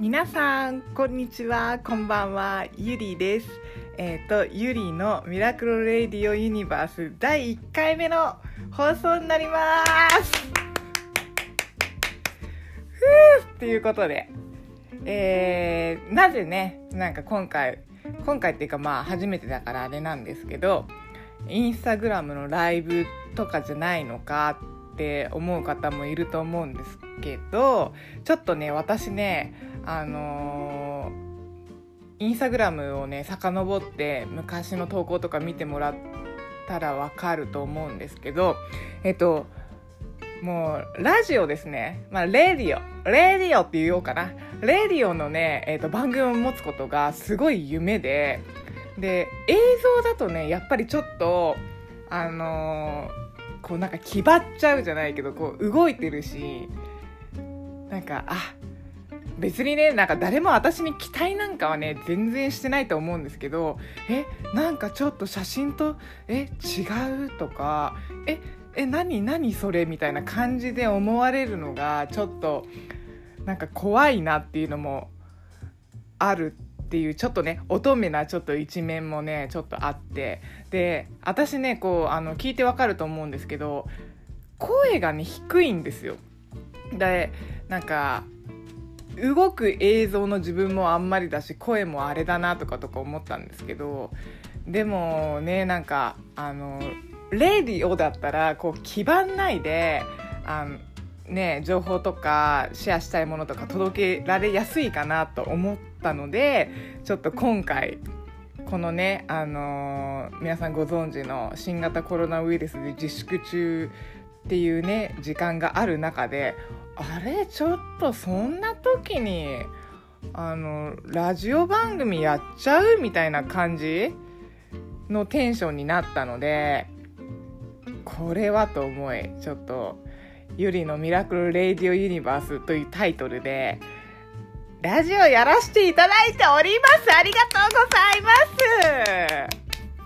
皆さんこんにちは、こんばんは、ゆりです。ゆりのミラクルレディオユニバース第1回目の放送になりますということで、なぜね、なんか今回っていうか初めてだからあれなんですけど、インスタグラムのライブとかじゃないのかって思う方もいると思うんですけど、ちょっとね、私ね、インスタグラムをね遡って昔の投稿とか見てもらったらわかると思うんですけど、もうラジオですね、レディオって言おうかな、レディオのね、番組を持つことがすごい夢で、映像だとねやっぱりちょっとこうなんか気張っちゃうじゃないけど、こう動いてるし、なんか別にね、なんか誰も私に期待なんかはね全然してないと思うんですけど、なんかちょっと写真と違うとか、何それみたいな感じで思われるのがちょっとなんか怖いなっていうのもあるっていう、ちょっとね乙女なちょっと一面もねちょっとあって、で私ねこう聞いてわかると思うんですけど、声がね低いんですよ。でなんか動く映像の自分もあんまりだし、声もあれだなとか思ったんですけど、でもね、なんかレディオだったらこう気張んないで情報とかシェアしたいものとか届けられやすいかなと思ったので、ちょっと今回このね、皆さんご存知の新型コロナウイルスで自粛中っていうね時間がある中で、ちょっとそんな時にラジオ番組やっちゃうみたいな感じのテンションになったので、これはと思い、ちょっとゆりのミラクルレディオユニバースというタイトルでラジオやらせていただいております。ありがとうございます。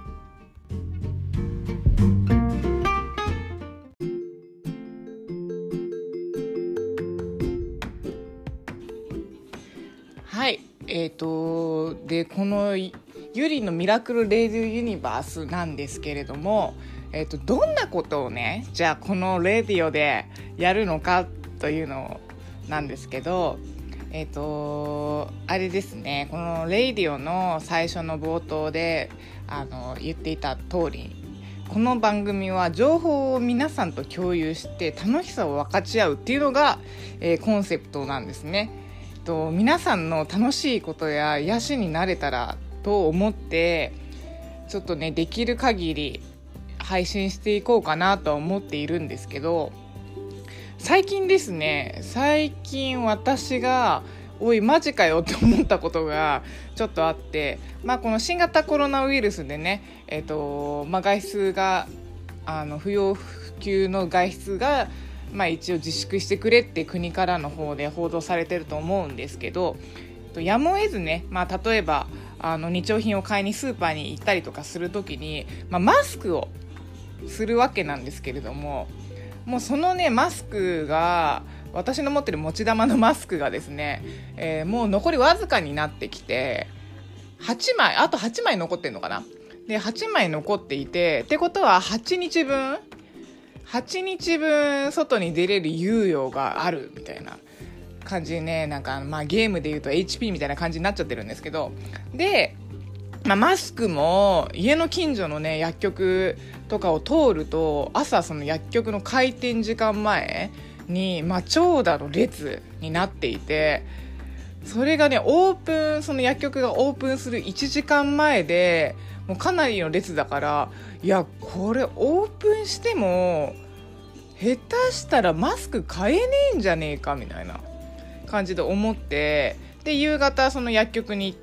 はい、でこのゆりのミラクルレディオユニバースなんですけれども、どんなことをね、じゃあこのレディオでやるのかというのなんですけど、あれですね、このレディオの最初の冒頭で言っていた通り、この番組は情報を皆さんと共有して楽しさを分かち合うっていうのが、コンセプトなんですね。皆さんの楽しいことや癒しになれたらと思って、ちょっとねできる限り配信していこうかなと思っているんですけど、最近私がおいマジかよって思ったことがちょっとあって、この新型コロナウイルスでね、外出が不要不急の外出が一応自粛してくれって国からの方で報道されてると思うんですけど、やむを得ずね、例えば日用品を買いにスーパーに行ったりとかするときに、マスクをするわけなんですけれども、もうそのねマスクが、私の持ってる持ち玉のマスクがですね、もう残りわずかになってきて、あと8枚残ってんのかな。で8枚残っていて、ってことは8日分外に出れる猶予があるみたいな感じでね、なんかゲームで言うと HP みたいな感じになっちゃってるんですけど、で、マスクも家の近所のね薬局とかを通ると、朝その薬局の開店時間前に長蛇の列になっていて、それがねその薬局がオープンする1時間前でもうかなりの列だから、いやこれオープンしても下手したらマスク買えねえんじゃねえかみたいな感じで思って、で夕方その薬局に行って、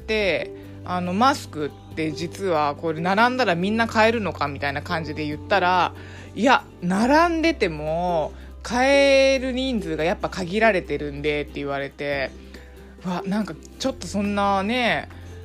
マスクって実はこれ並んだらみんな買えるのかみたいな感じで言ったら、いや並んでても買える人数がやっぱ限られてるんでって言われて、なんかちょっとそんなね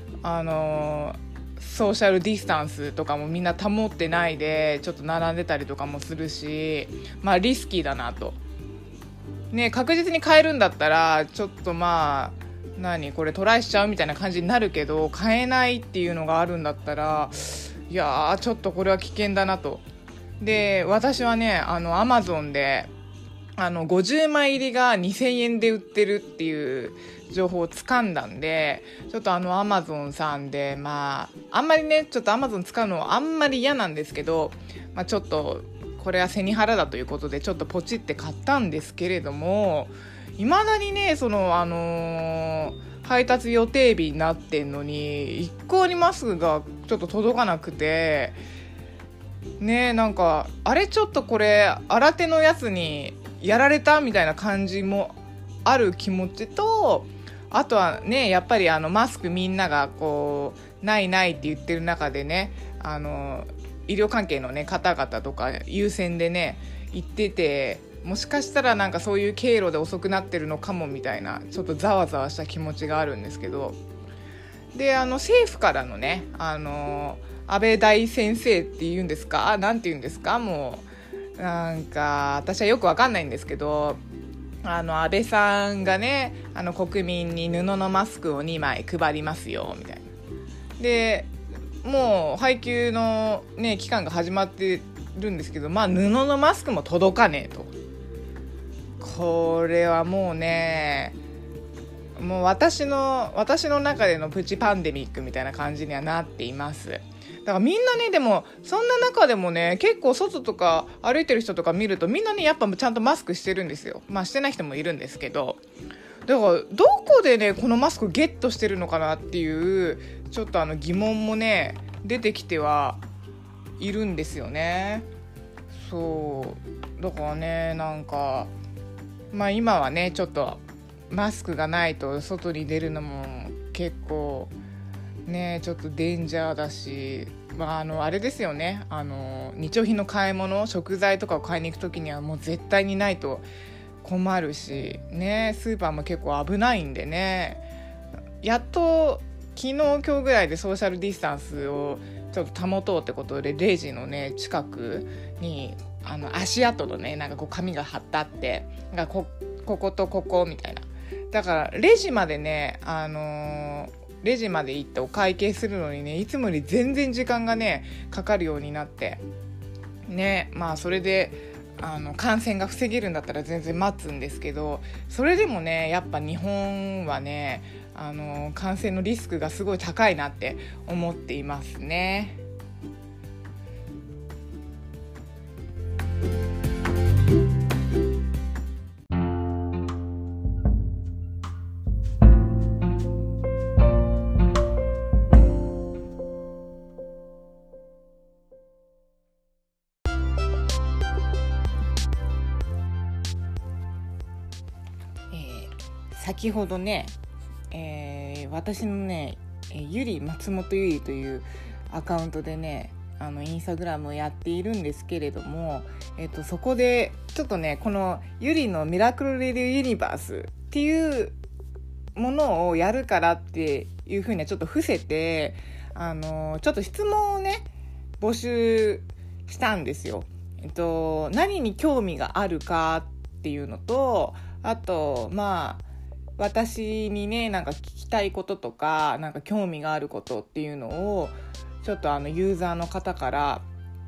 ソーシャルディスタンスとかもみんな保ってないでちょっと並んでたりとかもするし、リスキーだなとね、確実に買えるんだったらちょっとこれトライしちゃうみたいな感じになるけど、買えないっていうのがあるんだったら、いやーちょっとこれは危険だなと。で、私はねAmazon で50枚入りが2000円で売ってるっていう情報を掴んだんで、ちょっとAmazon さんで、あんまりねちょっと Amazon 使うのあんまり嫌なんですけど、ちょっとこれは背に腹だということでちょっとポチって買ったんですけれども、未だにね配達予定日になってんのに一向にマスクがちょっと届かなくてね、あれちょっとこれ新手のやつにやられたみたいな感じもある気持ちと、あとはねやっぱりマスクみんながこうないって言ってる中でね、医療関係のね方々とか優先でね言ってて、もしかしたらそういう経路で遅くなってるのかもみたいな、ちょっとざわざわした気持ちがあるんですけど、で政府からのね安倍大先生っていうんですか、なんていうんですか、もう私はよくわかんないんですけど、安倍さんがね国民に布のマスクを2枚配りますよみたいな。でもう配給のね期間が始まってるんですけど、布のマスクも届かねえと。これはもうね、もう私の中でのプチパンデミックみたいな感じにはなっています。だからみんなね、でもそんな中でもね、結構外とか歩いてる人とか見るとみんなねやっぱちゃんとマスクしてるんですよ。してない人もいるんですけど、だからどこでねこのマスクゲットしてるのかなっていうちょっと疑問もね出てきてはいるんですよね。そうだからね、今はねちょっとマスクがないと外に出るのも結構ねちょっとデンジャーだし、あれですよね、日用品の買い物、食材とかを買いに行くときにはもう絶対にないと困るしね、スーパーも結構危ないんでね、やっと昨日今日ぐらいでソーシャルディスタンスをちょっと保とうってことでレジのね近くに足跡のねこう紙が貼ってあって、こことここみたいな、だからレジまでねレジまで行ってお会計するのにねいつもより全然時間がねかかるようになってね、それで感染が防げるんだったら全然待つんですけど、それでもねやっぱ日本はね感染のリスクがすごい高いなって思っていますね。先ほどね、私のね松本ゆりというアカウントでねインスタグラムをやっているんですけれども、そこでちょっとねこのゆりのミラクルレディオユニバースっていうものをやるからっていうふうにちょっと伏せてちょっと質問をね募集したんですよ。何に興味があるかっていうのと、あと私にね聞きたいこととか興味があることっていうのをちょっとユーザーの方から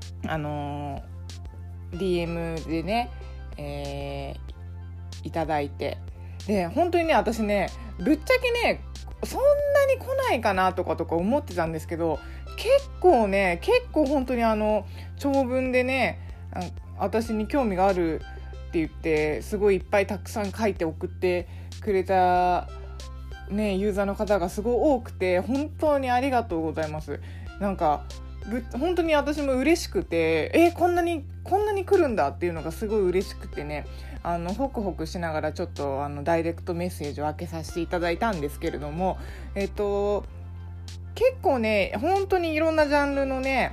DM でね、いただいて、で本当にね私ねぶっちゃけねそんなに来ないかなとか思ってたんですけど、結構本当に長文でね私に興味があるって言ってすごいいっぱいたくさん書いて送ってくれたねユーザーの方がすごい多くて、本当にありがとうございます。本当に私も嬉しくて、こんなに来るんだっていうのがすごい嬉しくてね、ホクホクしながらちょっとダイレクトメッセージを開けさせていただいたんですけれども、結構ね本当にいろんなジャンルのね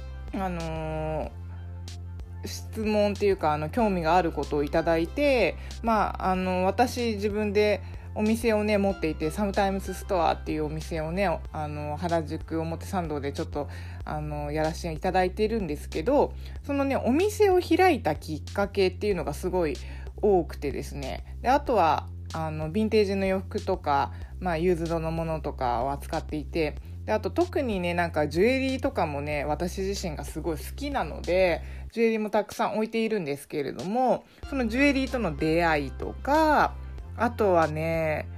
質問っていうか興味があることをいただいて、私自分でお店をね持っていて、サムタイムスストアっていうお店をね原宿表参道でちょっとやらせていただいているんですけど、そのねお店を開いたきっかけっていうのがすごい多くてですね、であとはヴィンテージの洋服とかユーズドのものとかを扱っていて、であと特にねなんかジュエリーとかもね私自身がすごい好きなのでジュエリーもたくさん置いているんですけれども、そのジュエリーとの出会いとか、あとはね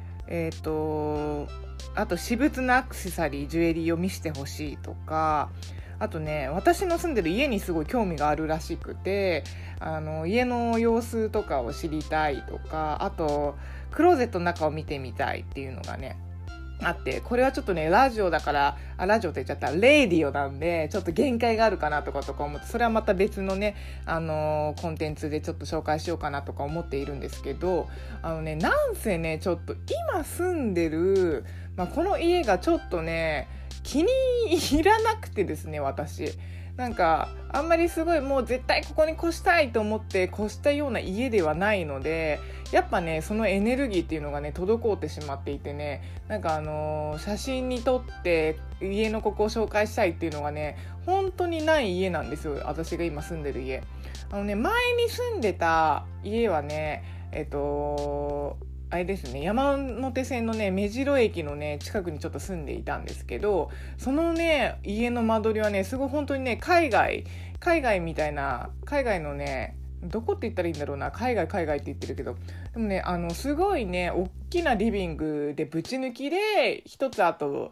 あと私物のアクセサリージュエリーを見せてほしいとか、あとね私の住んでる家にすごい興味があるらしくて、家の様子とかを知りたいとか、あとクローゼットの中を見てみたいっていうのがねあって、これはちょっとねラジオだからラジオって言っちゃったレイディオなんでちょっと限界があるかなとか思って、それはまた別のねコンテンツでちょっと紹介しようかなとか思っているんですけど、なんせねちょっと今住んでる、この家がちょっとね気に入らなくてですね、私なんかあんまりすごいもう絶対ここに越したいと思って越したような家ではないので、やっぱねそのエネルギーっていうのがね滞ってしまっていてね、なんか写真に撮って家のここを紹介したいっていうのがね本当にない家なんですよ、私が今住んでる家。前に住んでた家はねあれですね、山手線のね目白駅のね近くにちょっと住んでいたんですけど、そのね家の間取りはねすごい本当にね海外みたいな、海外のねどこって言ったらいいんだろうな、海外って言ってるけど、でもねすごいね大きなリビングでぶち抜きで一つ、あと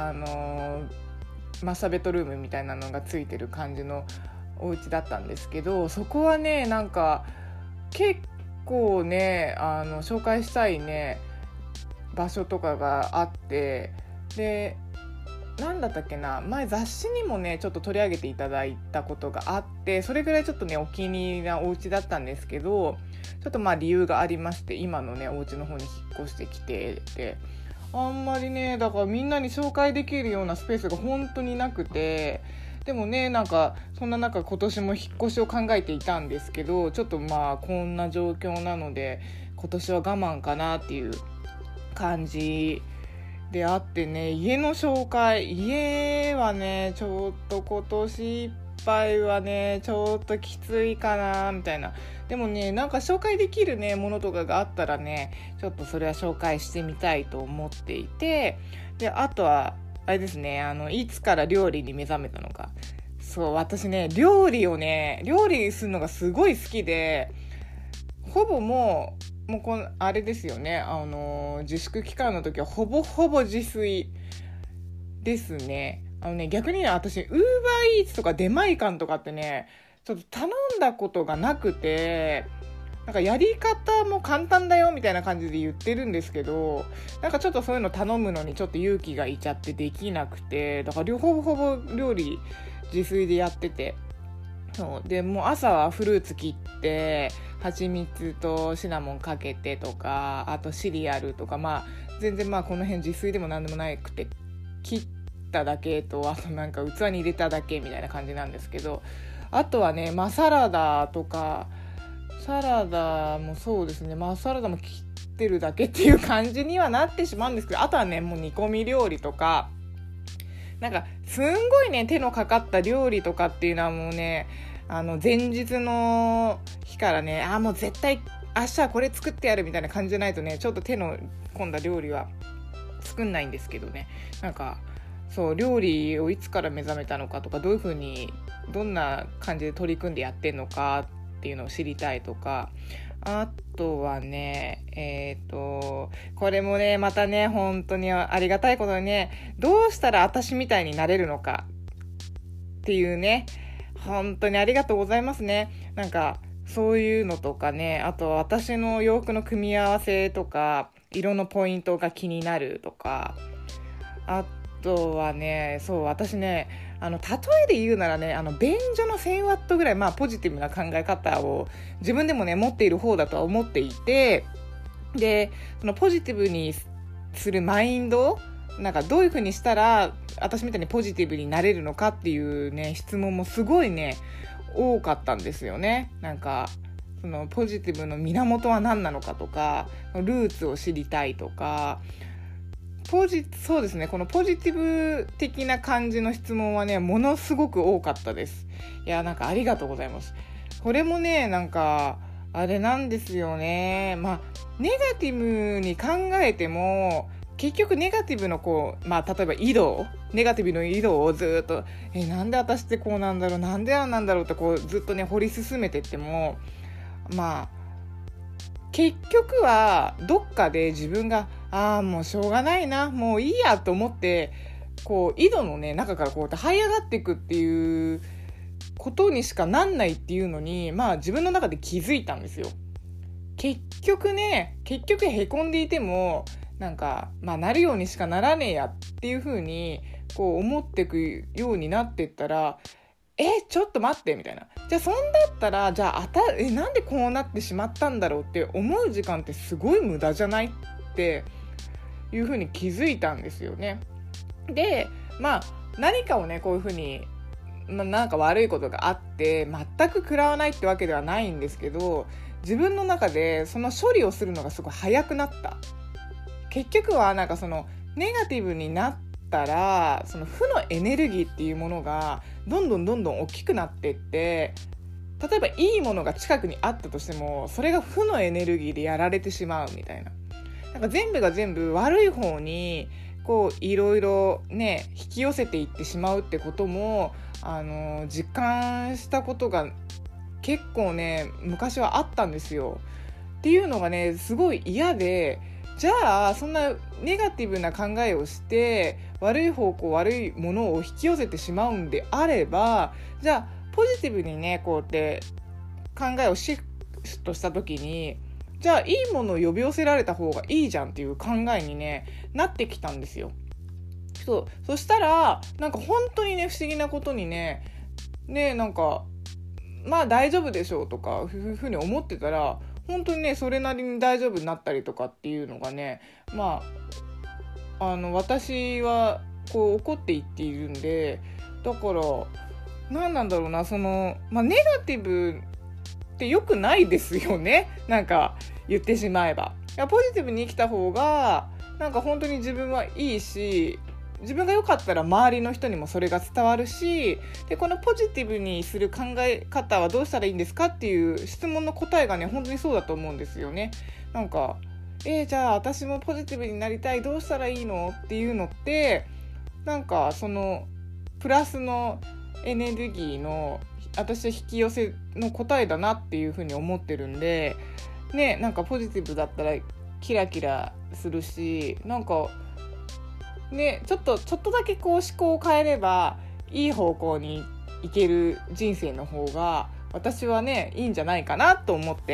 マスターベッドルームみたいなのがついてる感じのお家だったんですけど、そこはねなんか結構ね紹介したいね場所とかがあって、でなんだったっけな、前雑誌にもねちょっと取り上げていただいたことがあって、それぐらいちょっとねお気に入りなお家だったんですけど、ちょっと理由がありまして今のねお家の方に引っ越してきてて、あんまりねだからみんなに紹介できるようなスペースが本当になくて、でもねなんかそんな中今年も引っ越しを考えていたんですけど、ちょっとこんな状況なので今年は我慢かなっていう感じであってね、家の紹介、家はねちょっと今年いっぱいはねちょっときついかなみたいな。でもねなんか紹介できるねものとかがあったらねちょっとそれは紹介してみたいと思っていて、であとはあれですね、いつから料理に目覚めたのか。そう、私ね料理するのがすごい好きで、ほぼもうあれですよね、自粛期間の時はほぼ自炊ですね。逆にね私ウーバーイーツとか出前館とかってねちょっと頼んだことがなくて、なんかやり方も簡単だよみたいな感じで言ってるんですけど、なんかちょっとそういうの頼むのにちょっと勇気がいちゃってできなくて、だからほぼ料理自炊でやってて、そうでもう朝はフルーツ切って蜂蜜とシナモンかけてとか、あとシリアルとか全然この辺自炊でもなんでもなくて切っただけと、あとなんか器に入れただけみたいな感じなんですけど、あとはねサラダとか、サラダもそうですね、サラダも切ってるだけっていう感じにはなってしまうんですけど、あとはねもう煮込み料理とか、なんかすんごいね手のかかった料理とかっていうのはもうね前日の日からねもう絶対明日はこれ作ってやるみたいな感じじゃないとねちょっと手の込んだ料理は作んないんですけどね、なんかそう料理をいつから目覚めたのかとか、どういう風にどんな感じで取り組んでやってんのかっていうのを知りたいとか、あとはねこれもねまたね本当にありがたいことにね、どうしたら私みたいになれるのかっていうね、本当にありがとうございますね。なんかそういうのとかね、あと私の洋服の組み合わせとか色のポイントが気になるとか、あとはねそう私ね例えで言うならね便所の1000ワットぐらいポジティブな考え方を自分でもね持っている方だとは思っていて、でそのポジティブにするマインド、なんかどういう風にしたら私みたいにポジティブになれるのかっていうね質問もすごいね多かったんですよね。なんかそのポジティブの源は何なのかとか、ルーツを知りたいとか、そうですね、このポジティブ的な感じの質問はねものすごく多かったです。いやなんかありがとうございます。これもねなんかあれなんですよね、ネガティブに考えても結局ネガティブの例えばネガティブの移動をずっとなんで私ってこうなんだろう、なんでなんだろうってずっとね掘り進めてっても、結局はどっかで自分がもうしょうがないな、もういいやと思って井戸のね中から這い上がっていくっていうことにしかなんないっていうのに自分の中で気づいたんですよ。結局へこんでいてもなるようにしかならねえやっていう風に思っていくようになってったら、ちょっと待ってみたいな、じゃあそんだったらなんでこうなってしまったんだろうって思う時間ってすごい無駄じゃないっていう風に気づいたんですよね。で何かをねこういう風になんか悪いことがあって全く食らわないってわけではないんですけど、自分の中でその処理をするのがすごい早くなった。結局はそのネガティブになったらその負のエネルギーっていうものがどんどん大きくなっていって、例えばいいものが近くにあったとしてもそれが負のエネルギーでやられてしまうみたいな、全部が全部悪い方にいろいろね引き寄せていってしまうってことも実感したことが結構ね昔はあったんですよ。っていうのがねすごい嫌で、じゃあそんなネガティブな考えをして悪い方向悪いものを引き寄せてしまうんであれば、じゃあポジティブにねこうやって考えをシフトした時に、じゃあいいものを呼び寄せられた方がいいじゃんっていう考えにねなってきたんですよ。そしたら本当にね不思議なことにね大丈夫でしょうとかいうふうに思ってたら、本当にねそれなりに大丈夫になったりとかっていうのがね私は起こっていっているんで、だから何なんだろうな、ネガティブって良くないですよね。言ってしまえばポジティブに生きた方が本当に自分はいいし、自分が良かったら周りの人にもそれが伝わるし、でこのポジティブにする考え方はどうしたらいいんですかっていう質問の答えがね本当にそうだと思うんですよね。じゃあ私もポジティブになりたい、どうしたらいいのっていうのってそのプラスのエネルギーの私は引き寄せの答えだなっていうふうに思ってるんでね、ポジティブだったらキラキラするし、ね、ちょっとだけ思考を変えればいい方向に行ける人生の方が私はねいいんじゃないかなと思って、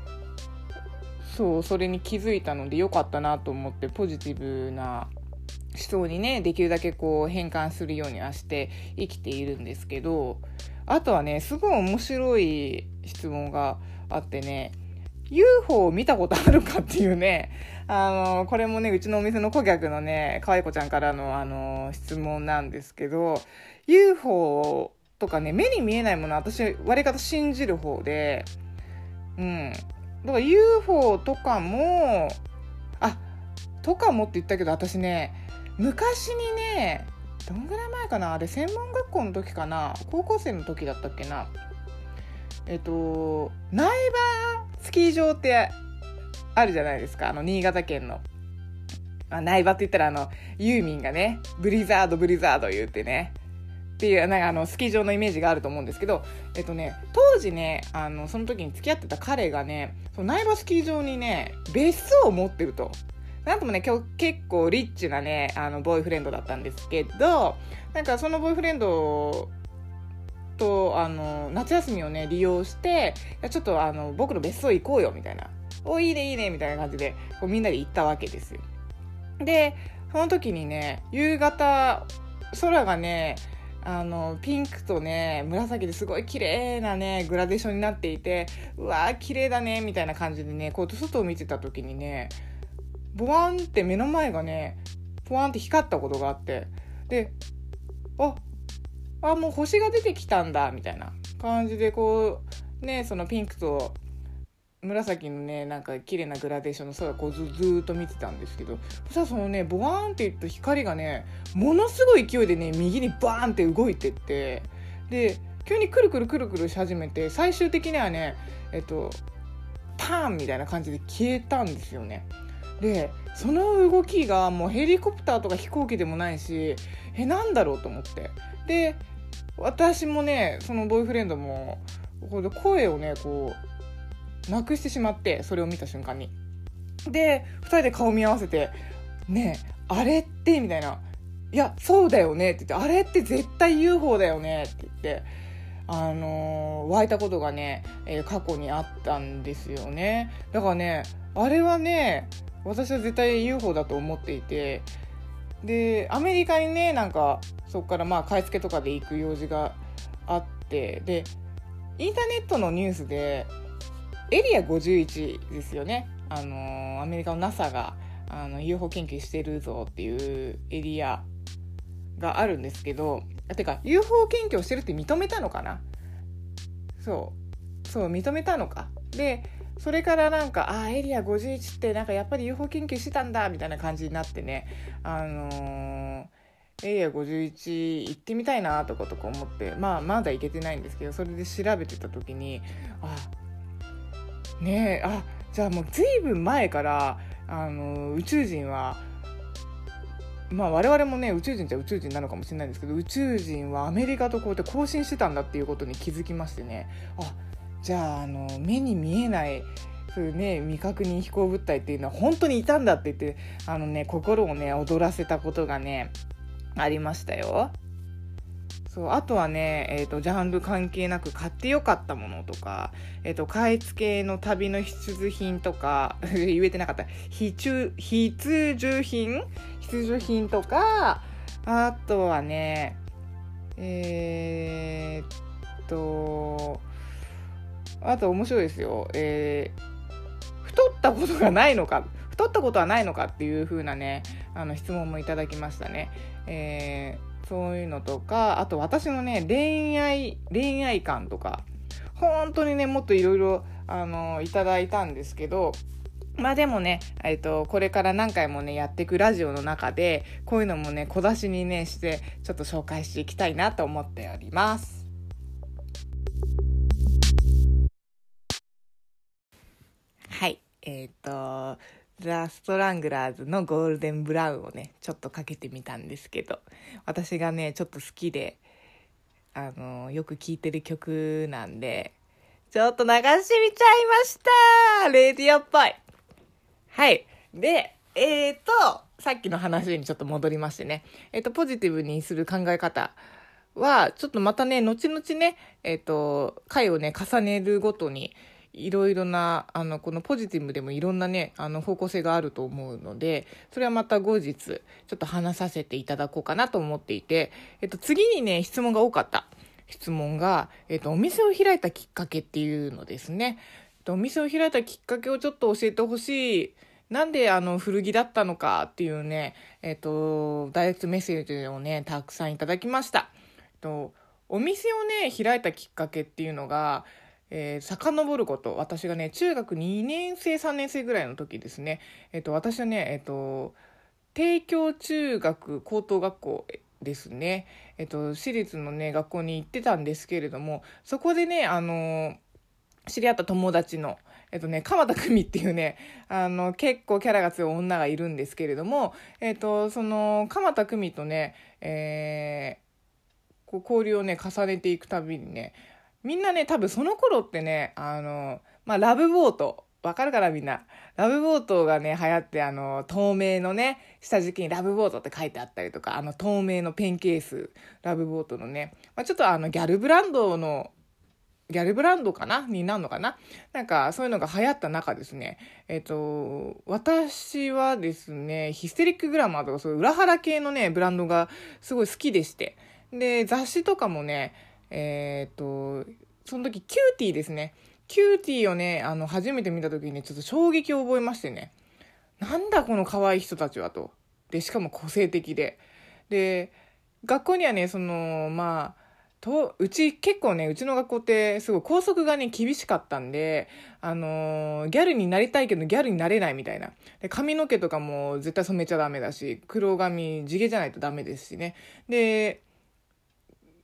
それに気づいたのでよかったなと思って、ポジティブな思想にねできるだけ変換するようにはして生きているんですけど、あとはねすごい面白い質問があってね、UFO を見たことあるかっていうね、これもねうちのお店の顧客のね可愛い子ちゃんからの質問なんですけど、 UFO とかね目に見えないもの私割り方信じる方で、だから UFO とかもって言ったけど、私ね昔にねどんぐらい前かな、あれ専門学校の時かな、高校生の時だったっけな、苗場スキー場ってあるじゃないですか、新潟県の苗場って言ったらユーミンがねブリザード言ってねっていうスキー場のイメージがあると思うんですけど、当時ねその時に付き合ってた彼がねその苗場スキー場にね別荘を持ってると。なんともね結構リッチなねボーイフレンドだったんですけど、そのボーイフレンドと夏休みをね利用して、ちょっと僕の別荘行こうよみたいな、いいねみたいな感じでみんなで行ったわけですよ。でその時にね夕方空がねピンクとね紫ですごい綺麗なねグラデーションになっていて、うわー綺麗だねみたいな感じでね外を見てた時にねボワンって目の前がねポワンって光ったことがあって、でもう星が出てきたんだみたいな感じでそのピンクと紫のね綺麗なグラデーションの空ずーっと見てたんですけど、そしたらそのねボワーンっていった光がねものすごい勢いでね右にバーンって動いてって、で急にくるくるし始めて、最終的にはねパーンみたいな感じで消えたんですよね。 でその動きがもうヘリコプターとか飛行機でもないし、なんだろうと思って、で私もねそのボーイフレンドも声をねこうなくしてしまって、それを見た瞬間に、で2人で顔見合わせて、ねえあれってみたいな、いやそうだよねって言って、あれって絶対 UFO だよねって言って湧いたことがね、過去にあったんですよね。だからねあれはね私は絶対 UFO だと思っていて、でアメリカにねなんかそこから買い付けとかで行く用事があって、でインターネットのニュースでエリア51ですよね、アメリカの NASA がUFO 研究してるぞっていうエリアがあるんですけど、てか UFO 研究をしてるって認めたのかな、そう認めたのか。でそれからなんかエリア51ってなんかやっぱり UFO 研究してたんだみたいな感じになってね、エリア51行ってみたいなとか思って、まだ行けてないんですけど、それで調べてた時にじゃあもうずいぶん前から宇宙人は我々もね宇宙人じゃ宇宙人なのかもしれないんですけど、宇宙人はアメリカとこうやって交信してたんだっていうことに気づきましてね、じゃあ目に見えないそういうね未確認飛行物体っていうのは本当にいたんだって言って心をね躍らせたことがねありましたよ。あとはね、ジャンル関係なく買ってよかったものとか、買い付けの旅の必需品とか言えてなかった必需品とか、あとはねあと面白いですよ、太ったことはないのかっていう風なね質問もいただきましたね。そういうのとか、あと私のね恋愛観とか本当にねもっといろいろいただいたんですけど、でもね、これから何回もねやっていくラジオの中でこういうのもね小出しにねしてちょっと紹介していきたいなと思っております。はい、ザ・ストラングラーズのゴールデンブラウンをねちょっとかけてみたんですけど、私がねちょっと好きでよく聴いてる曲なんでちょっと流してみちゃいました。レディオっぽい。はい。でさっきの話にちょっと戻りましてね、ポジティブにする考え方はちょっとまたね後々ね回をね重ねるごとにいろいろなこのポジティブでもいろんなね方向性があると思うので、それはまた後日ちょっと話させていただこうかなと思っていて、次にね質問が多かった質問が、お店を開いたきっかけっていうのですね。お店を開いたきっかけをちょっと教えてほしい。なんで古着だったのかっていうね、ダイレクトメッセージをねたくさんいただきました。お店をね開いたきっかけっていうのが遡ること、私がね中学2年生3年生ぐらいの時ですね、私はね帝京中学高等学校ですね、私立のね学校に行ってたんですけれども、そこでね知り合った友達の鎌田久美っていうね結構キャラが強い女がいるんですけれども、その鎌田久美とね、交流をね重ねていくたびにね、みんなね多分その頃ってねラブボートわかるかな、みんなラブボートがね流行って、透明のね下敷きにラブボートって書いてあったりとか、透明のペンケースラブボートのね、ちょっとギャルブランドかなになるのかな、なんかそういうのが流行った中ですね、私はですねヒステリックグラマーとかそういう裏腹系のねブランドがすごい好きでして、で雑誌とかもねその時キューティーですね、キューティーをね初めて見た時にねちょっと衝撃を覚えましてね、なんだこの可愛い人たちはと。でしかも個性的で学校にはねうち結構ねうちの学校ってすごい校則がね厳しかったんでギャルになりたいけどギャルになれないみたいな。で髪の毛とかも絶対染めちゃダメだし、黒髪地毛じゃないとダメですしね。で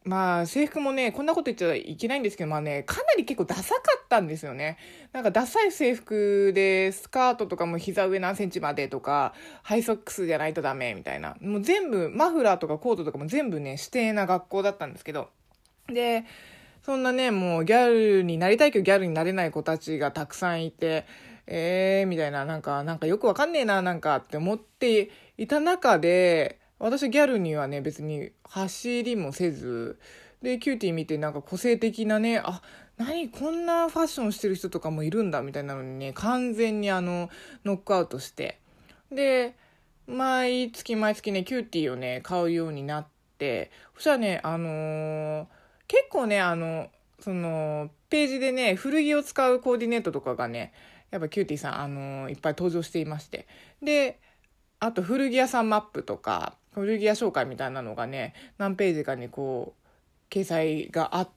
まあ制服もねこんなこと言っちゃいけないんですけど、まあねかなり結構ダサかったんですよね。なんかダサい制服でスカートとかも膝上何センチまでとか、ハイソックスじゃないとダメみたいな、もう全部マフラーとかコートとかも全部ね指定な学校だったんですけど、でそんなねもうギャルになりたいけどギャルになれない子たちがたくさんいて、みたいな、なんかよくわかんねえななんかって思っていた中で、私ギャルにはね別に走りもせずで、キューティー見てなんか個性的なね、何こんなファッションしてる人とかもいるんだみたいなのにね、完全にノックアウトして、で毎月毎月ねキューティーをね買うようになって、そしたらね結構ねそのページでね古着を使うコーディネートとかがねやっぱキューティーさんいっぱい登場していまして、であと古着屋さんマップとか古着屋紹介みたいなのがね何ページかにこう掲載があって、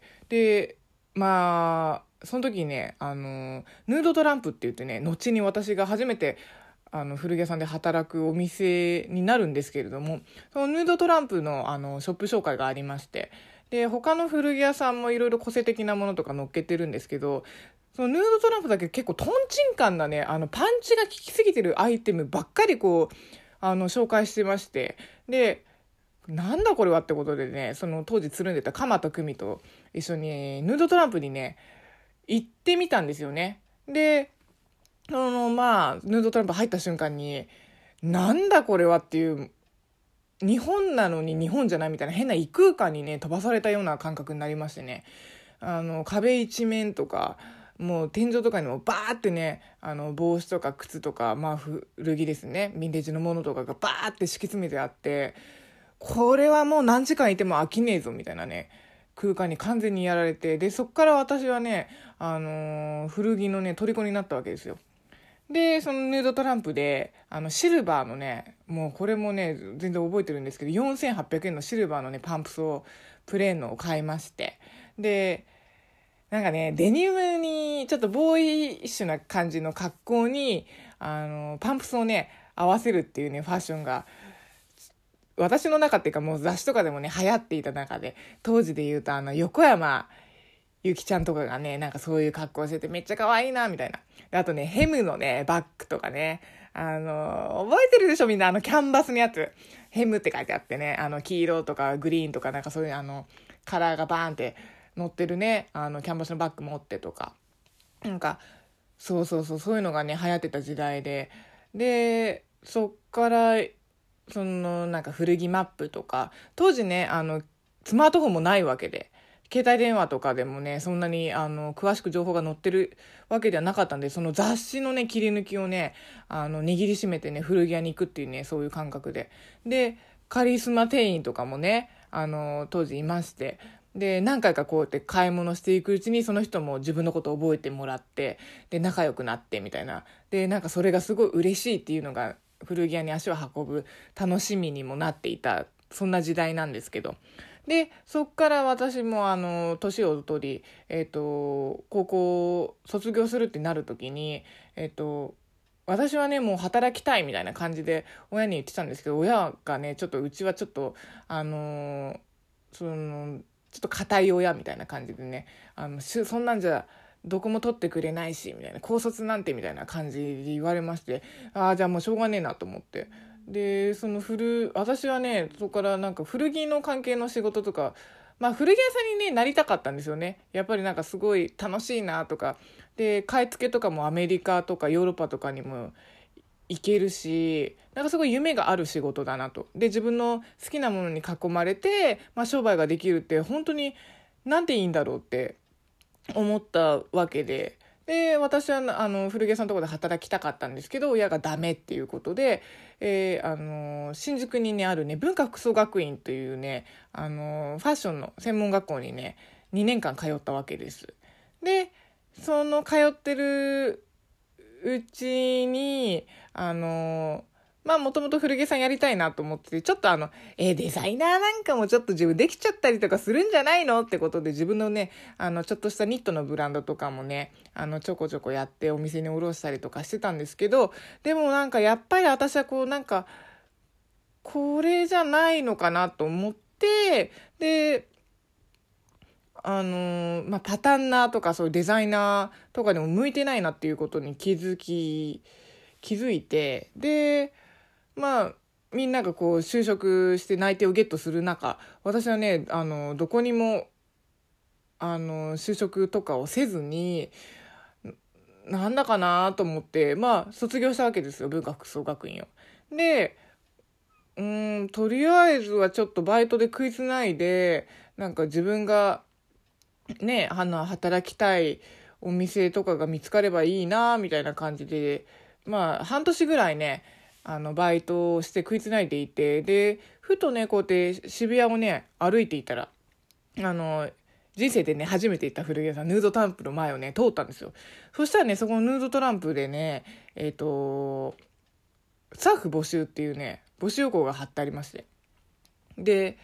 でまあその時にねヌードトランプって言ってね、後に私が初めて古着屋さんで働くお店になるんですけれども、そのヌードトランプのショップ紹介がありまして、で他の古着屋さんもいろいろ個性的なものとか載っけてるんですけど、そのヌードトランプだけ結構トンチンカンなねパンチが効きすぎてるアイテムばっかりこう紹介してまして、でなんだこれはってことでね、その当時つるんでた鎌田久美と一緒にヌードトランプにね行ってみたんですよね。でまあヌードトランプ入った瞬間になんだこれはっていう、日本なのに日本じゃないみたいな変な異空間にね飛ばされたような感覚になりましてね、壁一面とかもう天井とかにもバーってね帽子とか靴とか、まあ古着ですね、ヴィンテージのものとかがバーって敷き詰めてあって、これはもう何時間いても飽きねえぞみたいなね空間に完全にやられて、でそっから私はね古着のね虜になったわけですよ。でそのヌードトランプでシルバーのね、もうこれもね全然覚えてるんですけど4800円のシルバーのねパンプスをプレーンのを買いまして、でなんかねデニムにちょっとボーイッシュな感じの格好にパンプスをね合わせるっていうねファッションが私の中っていうかもう雑誌とかでもね流行っていた中で、当時で言うと横山ゆきちゃんとかがねなんかそういう格好しててめっちゃ可愛いなみたいな。であとねヘムのねバッグとかね覚えてるでしょみんな、キャンバスのやつヘムって書いてあってね、黄色とかグリーンとかなんかそういうカラーがバーンって乗ってるねキャンバスのバッグ持ってとか、なんかそういうのがね流行ってた時代でそっからそのなんか古着マップとか、当時ねスマートフォンもないわけで携帯電話とかでもねそんなに詳しく情報が載ってるわけではなかったんで、その雑誌のね切り抜きをね握りしめてね古着屋に行くっていうねそういう感覚でカリスマ店員とかもね当時いまして、で何回かこうやって買い物していくうちにその人も自分のことを覚えてもらって、で仲良くなってみたいな、でなんかそれがすごい嬉しいっていうのが古着屋に足を運ぶ楽しみにもなっていた、そんな時代なんですけど、でそっから私も年を取り、高校卒業するってなる時に私はねもう働きたいみたいな感じで親に言ってたんですけど、親がねちょっとうちはちょっとちょっと固い親みたいな感じでねそんなんじゃどこも取ってくれないしみたいな、高卒なんてみたいな感じで言われまして、じゃあもうしょうがねえなと思って、で私はねそこからなんか古着の関係の仕事とか、まあ古着屋さんにねなりたかったんですよね。やっぱりなんかすごい楽しいなとかで、買い付けとかもアメリカとかヨーロッパとかにも行けるし、なんかすごい夢がある仕事だなと。で自分の好きなものに囲まれて、商売ができるって本当になんていいんだろうって思ったわけで、私は古着屋さんのところで働きたかったんですけど親がダメっていうことで、新宿にねあるね文化服装学院というねファッションの専門学校にね2年間通ったわけです。でその通ってるうちにもともと古着屋さんやりたいなと思ってて、ちょっとデザイナーなんかもちょっと自分できちゃったりとかするんじゃないのってことで、自分のねちょっとしたニットのブランドとかもねちょこちょこやってお店に卸したりとかしてたんですけど、でもなんかやっぱり私はこうなんかこれじゃないのかなと思って、でパタンナーとかそういうデザイナーとかでも向いてないなっていうことに気づいて、でみんながこう就職して内定をゲットする中、私はねどこにも就職とかをせずに、なんだかなと思って卒業したわけですよ、文化服装学院を。でとりあえずはちょっとバイトで食いつないで、なんか自分がね働きたいお店とかが見つかればいいなみたいな感じで、半年ぐらいねバイトをして食いつないでいて、でふとねこうやって渋谷をね歩いていたら、人生でね初めて行った古着屋さん、ヌードトランプの前をね通ったんですよ。そしたらね、そこのヌードトランプでねスタッフ募集っていうね募集項が貼ってありまして、で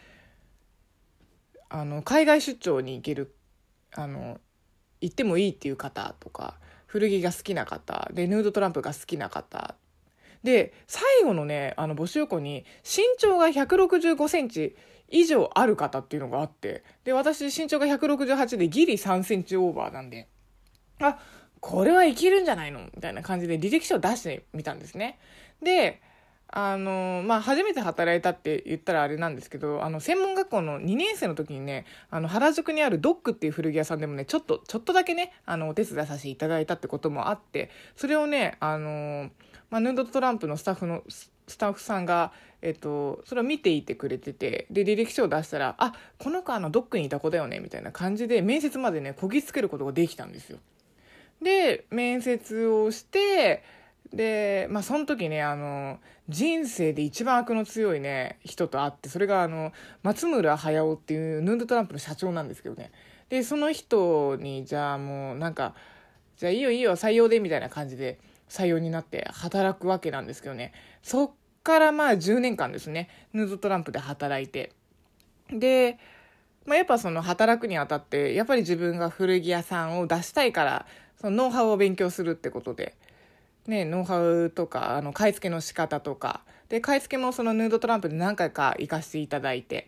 海外出張に行ける行ってもいいっていう方とか、古着が好きな方でヌードトランプが好きな方で、最後のね募集項に身長が165センチ以上ある方っていうのがあって、で私身長が168でギリ3センチオーバーなんで、これはいけるんじゃないのみたいな感じで履歴書を出してみたんですね。で初めて働いたって言ったらあれなんですけど、専門学校の2年生の時にね原宿にあるドックっていう古着屋さんでもねちょっとだけねお手伝いさせていただいたってこともあって、それをねヌードトランプのスタッフさんがそれを見ていてくれてて、で履歴書を出したら、この子ドックにいた子だよねみたいな感じで面接までねこぎつけることができたんですよ。で面接をして、でその時ね人生で一番悪の強いね人と会って、それが松村駿っていうヌードトランプの社長なんですけどね、でその人にじゃあもうじゃあいいよ採用でみたいな感じで採用になって働くわけなんですけどね、そっから10年間ですねヌードトランプで働いて、でやっぱその働くにあたってやっぱり自分が古着屋さんを出したいから、そのノウハウを勉強するってことで、ノウハウとか買い付けの仕方とかで、買い付けもそのヌードトランプで何回か行かせていただいて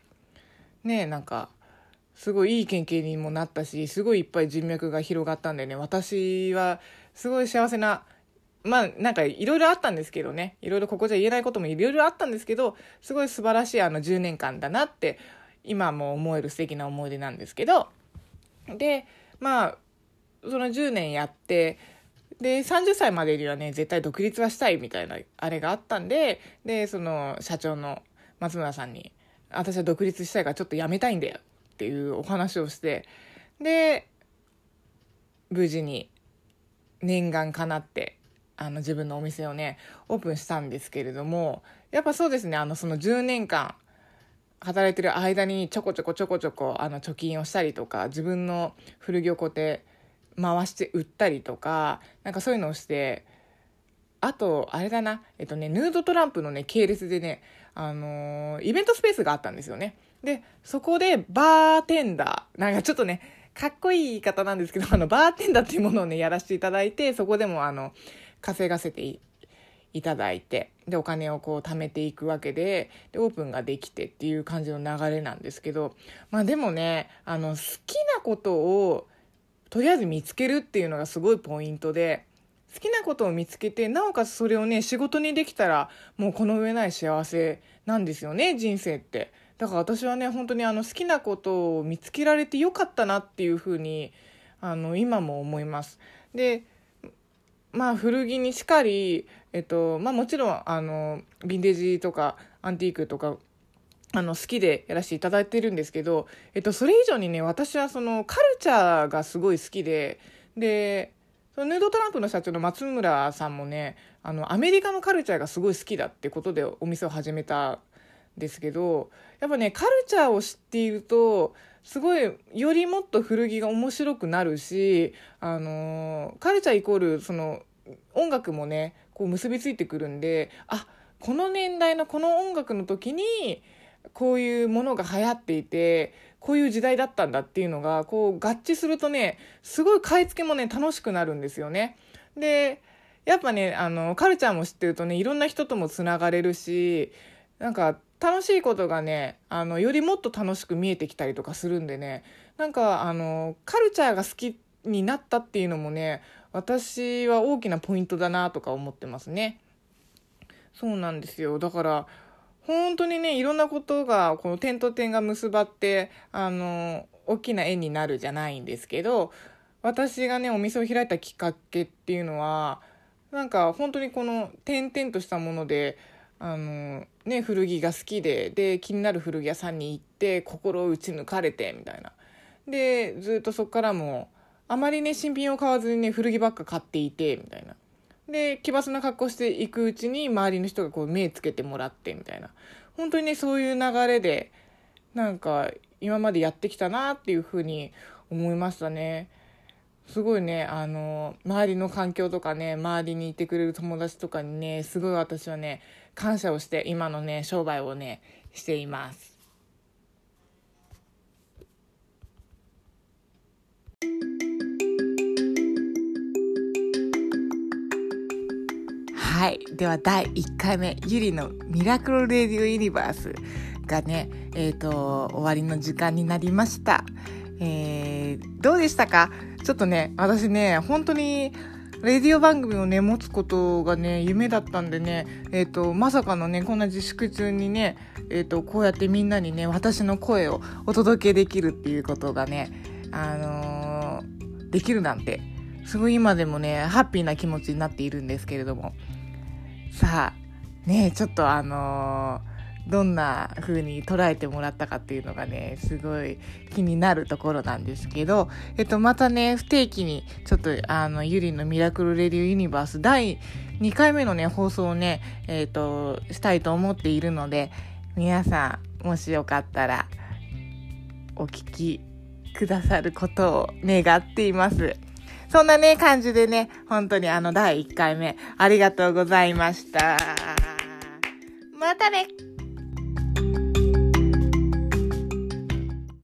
すごいいい経験にもなったし、すごいいっぱい人脈が広がったんでね、私はすごい幸せな、いろいろあったんですけどね、いろいろここじゃ言えないこともいろいろあったんですけど、すごい素晴らしい10年間だなって今も思える素敵な思い出なんですけど、でその10年やって、で30歳までにはね絶対独立はしたいみたいなあれがあったんで、その社長の松村さんに、私は独立したいからちょっと辞めたいんだよっていうお話をして、で無事に念願かなって自分のお店をねオープンしたんですけれども、やっぱそうですねその10年間働いてる間にちょこちょこ貯金をしたりとか、自分の古着をこうやって回して売ったりとかそういうのをして、あとあれだなヌードトランプのね系列でねイベントスペースがあったんですよね。でそこでバーテンダーちょっとねかっこいい言い方なんですけどバーテンダーっていうものをねやらせていただいて、そこでも稼がせていただいて、でお金をこう貯めていくわけで、オープンができてっていう感じの流れなんですけど、でもね好きなことをとりあえず見つけるっていうのがすごいポイントで、好きなことを見つけて、なおかつそれをね仕事にできたらもうこの上ない幸せなんですよね、人生って。だから私はね本当に好きなことを見つけられてよかったなっていうふうに今も思います。で古着にしかり、もちろんヴィンテージとかアンティークとか好きでやらせていただいてるんですけど、それ以上にね私はそのカルチャーがすごい好きで、そのヌードトランプの社長の松村さんもねアメリカのカルチャーがすごい好きだってことでお店を始めたんですけど、やっぱねカルチャーを知っているとすごいよりもっと古着が面白くなるし、カルチャーイコールその音楽もねこう結びついてくるんで、この年代のこの音楽の時にこういうものが流行っていてこういう時代だったんだっていうのがこう合致するとねすごい買い付けもね楽しくなるんですよね。でやっぱねカルチャーも知ってるとねいろんな人ともつながれるし、楽しいことがねよりもっと楽しく見えてきたりとかするんでね、 なんかカルチャーが好きになったっていうのもね、私は大きなポイントだなとか思ってますね。そうなんですよ。だから本当にね、いろんなことがこの点と点が結ばって大きな円になるじゃないんですけど、私がねお店を開いたきっかけっていうのはなんか本当にこの点々としたもので古着が好きで気になる古着屋さんに行って心を打ち抜かれてみたいな。でずっとそこからもあまりね新品を買わずにね古着ばっか買っていてみたいな。で奇抜な格好していくうちに周りの人がこう目つけてもらってみたいな、本当にねそういう流れでなんか今までやってきたなっていうふうに思いましたね。すごいね周りの環境とかね、周りにいてくれる友達とかにね、すごい私はね感謝をして今のね商売をねしています。はい、では第1回目ゆりのミラクルレディオユニバースがね終わりの時間になりました。どうでしたか？ちょっとね私ね本当にレディオ番組をね持つことがね夢だったんでね、まさかのねこんな自粛中にねこうやってみんなにね私の声をお届けできるっていうことがねできるなんてすごい今でもねハッピーな気持ちになっているんですけれども、さあねちょっとどんな風に捉えてもらったかっていうのがねすごい気になるところなんですけど、またね不定期にちょっとゆりのミラクルレディオユニバース第2回目のね放送をねしたいと思っているので、皆さんもしよかったらお聞きくださることを願っています。そんなね感じでね本当に第1回目ありがとうございました。またね。